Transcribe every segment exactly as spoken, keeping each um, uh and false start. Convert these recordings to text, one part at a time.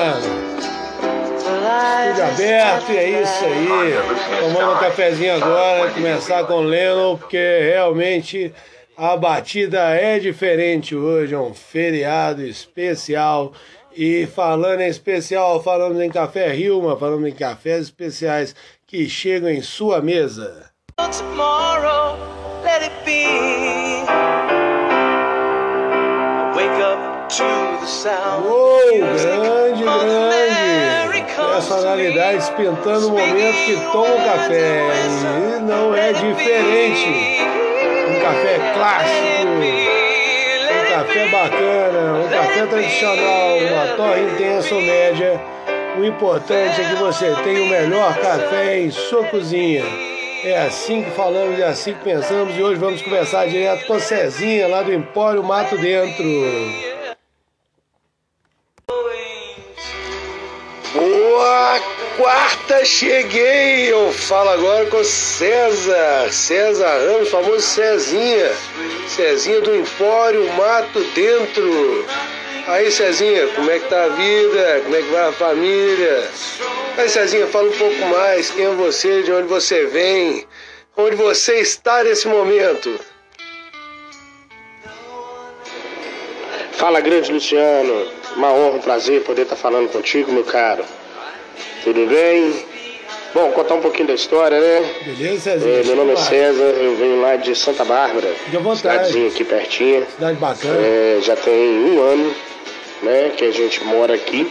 Luciano. Estúdio aberto, e é isso aí. Tomando um cafezinho agora, começar com o Lennon, porque realmente a batida é diferente hoje, é um feriado especial. E falando em especial, falamos em Café Hilma, falamos em cafés especiais que chegam em sua mesa. Tomorrow, let it be. Wake up to the sound. Uou, grande, grande. Personalidades pintando o momento que toma um café. E não é diferente. Um café clássico, um café bacana, um café tradicional, uma torre intensa ou média. O importante é que você tenha o melhor café em sua cozinha. É assim que falamos, é assim que pensamos. E hoje vamos conversar direto com a Cezinha, lá do Empório Mato Dentro. Boa quarta, cheguei! Eu falo agora com o César, César Ramos, famoso Cezinha, Cezinha do Empório Mato Dentro. Aí, Cezinha, como é que tá a vida? Como é que vai a família? Aí, Cezinha, fala um pouco mais, quem é você, de onde você vem, onde você está nesse momento. Fala, grande Luciano, uma honra, um prazer poder estar falando contigo, meu caro. Tudo bem? Bom, contar um pouquinho da história, né? Beleza, Cezinha? É, meu nome é César, eu venho lá de Santa Bárbara, cidadezinha aqui pertinho. Cidade bacana. É, já tem um ano, né, que a gente mora aqui,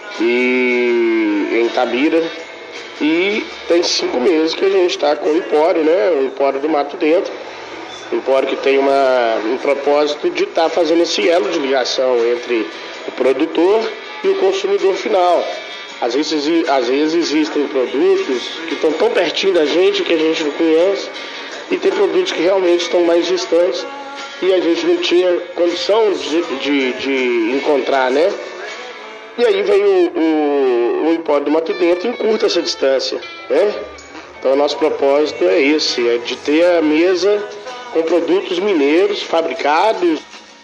e em Itabira, e tem cinco meses que a gente está com o Empório, né, o Empório do Mato Dentro, um empório que tem uma, um propósito de estar tá fazendo esse elo de ligação entre o produtor e o consumidor final. Às vezes, às vezes existem produtos que estão tão pertinho da gente que a gente não conhece, e tem produtos que realmente estão mais distantes e a gente não tinha condição de, de, de encontrar, né? E aí vem o, o, o Empório do Mato Dentro e encurta essa distância, né? Então o nosso propósito é esse, é de ter a mesa com produtos mineiros fabricados.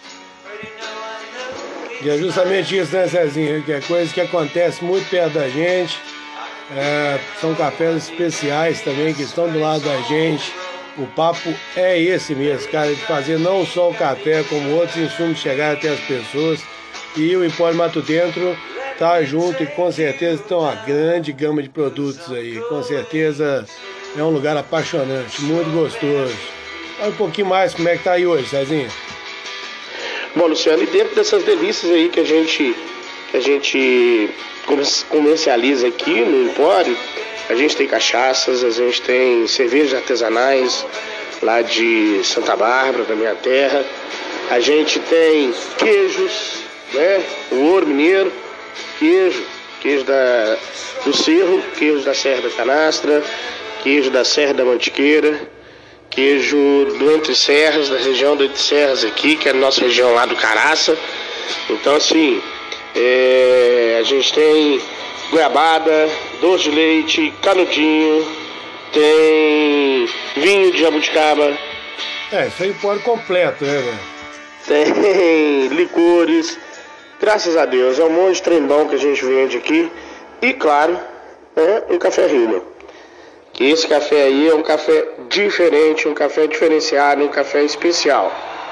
E é justamente isso, né, Cezinha? Que é coisa que acontece muito perto da gente. É, são cafés especiais também que estão do lado da gente. O papo é esse mesmo, cara, de fazer não só o café, como outros insumos chegar até as pessoas. E o Empório Mato Dentro tá junto e com certeza tem uma grande gama de produtos aí. Com certeza é um lugar apaixonante, muito gostoso. Fala um pouquinho mais como é que tá aí hoje, Cezinha. Bom, Luciano, e dentro dessas delícias aí que a gente, que a gente comercializa aqui no Empório, a gente tem cachaças, a gente tem cervejas artesanais lá de Santa Bárbara, da minha terra. A gente tem queijos, né? O ouro mineiro, queijo, queijo da, do Cerro, queijo da Serra da Canastra, queijo da Serra da Mantiqueira, queijo do Entre Serras, da região do Entre Serras aqui, que é a nossa região lá do Caraça. Então, assim, é, a gente tem goiabada, doce de leite, canudinho, tem vinho de jabuticaba. É, isso aí pode completo, né, velho? Tem licores, graças a Deus, é um monte de trem bom que a gente vende aqui. E, claro, é um café Hilma. Que esse café aí é um café diferente, um café diferenciado, um café especial.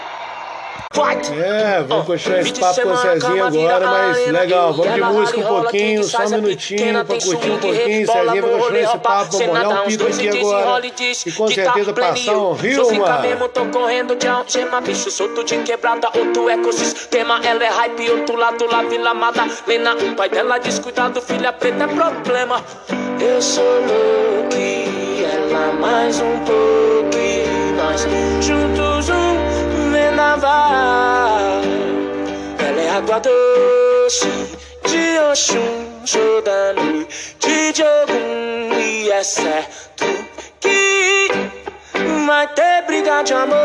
É, vamos continuar esse papo com o Cezinha agora, mas legal, vamos de música um pouquinho, só um minutinho pra curtir um pouquinho. Cezinha vai continuar esse papo, vamos molhar um pico aqui agora e com certeza passar um Hilma. Tô correndo de algema, bicho solto de quebrada, outro ecossistema. Ela é hype, outro lado lá, Vila Madalena. O pai dela descuidado, filha preta é problema. Eu sou louco e ela mais um pouco e nós juntos um vendaval. Ela é água doce de Oxum, sou da noite de Ogum. E é certo que vai ter briga de amor.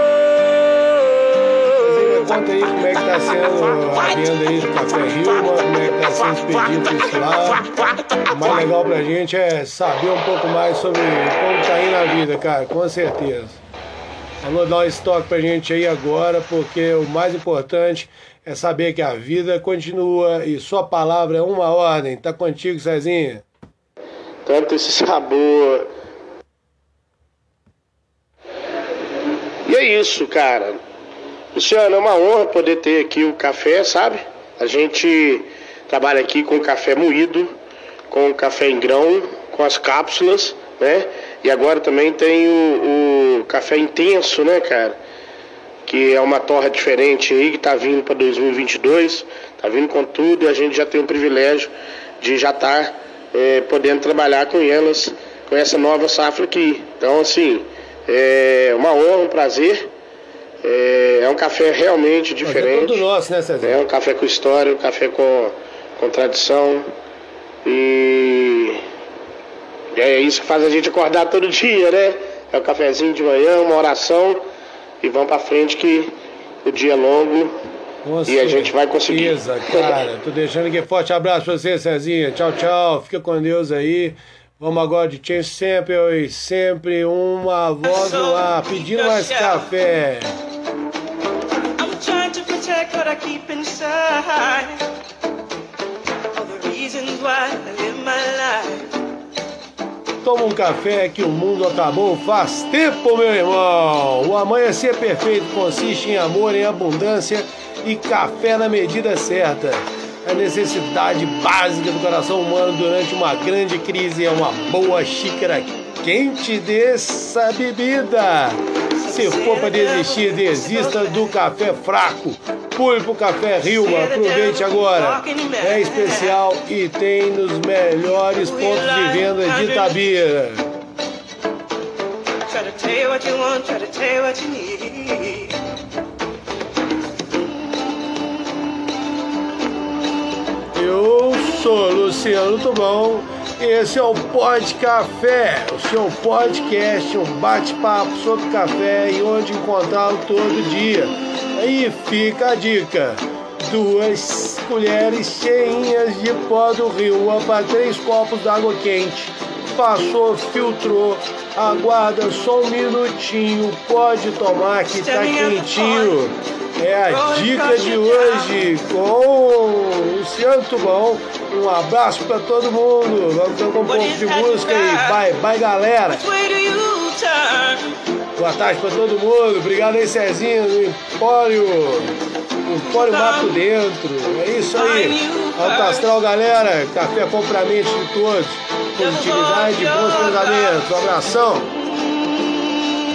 Conta aí como é que tá sendo a venda aí do Café Hilma, como é que tá sendo expedido por esse lado. O mais legal pra gente é saber um pouco mais sobre como tá indo a vida, cara, com certeza. Falou, dá um estoque pra gente aí agora, porque o mais importante é saber que a vida continua e sua palavra é uma ordem. Tá contigo, Cezinha? Tanto esse sabor. E é isso, cara. Luciano, é uma honra poder ter aqui o café, sabe? A gente trabalha aqui com café moído, com café em grão, com as cápsulas, né? E agora também tem o, o café intenso, né, cara? Que é uma torra diferente aí, que tá vindo para dois mil e vinte e dois, tá vindo com tudo, e a gente já tem o privilégio de já estar é, podendo trabalhar com elas, com essa nova safra aqui. Então, assim, é uma honra, um prazer. É, é um café realmente diferente. É tudo nosso, né, Cezinha? É um café com história, um café com, com tradição. E é isso que faz a gente acordar todo dia, né? É o cafezinho de manhã, uma oração, e vamos pra frente que o dia é longo. Nossa, e a gente vai conseguir. Beleza, cara. Tô deixando aqui forte abraço pra você, Cezinha. Tchau, tchau. Fica com Deus aí. Vamos agora de Change Sample e sempre uma voz no ar, pedindo mais café. I'm trying to protect what I keep inside. All the reasons why I live my life. Toma um café que o mundo acabou faz tempo, meu irmão. O amanhecer perfeito consiste em amor, em abundância e café na medida certa. A necessidade básica do coração humano durante uma grande crise é uma boa xícara quente dessa bebida. Se for para desistir, desista do café fraco. Pule pro café Hilma, aproveite agora. É especial e tem nos melhores pontos de venda de Itabira. Eu sou Luciano Tubão, esse é o Pod Café, o seu podcast, um bate-papo sobre café e onde encontrá-lo todo dia. Aí fica a dica, duas colheres cheinhas de pó do Rio, para três copos d'água quente. Passou, filtrou, aguarda só um minutinho, pode tomar que tá quentinho. É a dica de hoje com o Luciano Tubão. Um abraço pra todo mundo. Vamos tocar um pouco de música e bye, bye, galera. Boa tarde pra todo mundo. Obrigado aí, Cezinho, do Empório. Empório Mato Dentro. É isso aí. Alto astral, galera. Café com pra mente de todos. Positividade e bons pensamentos. Um abração.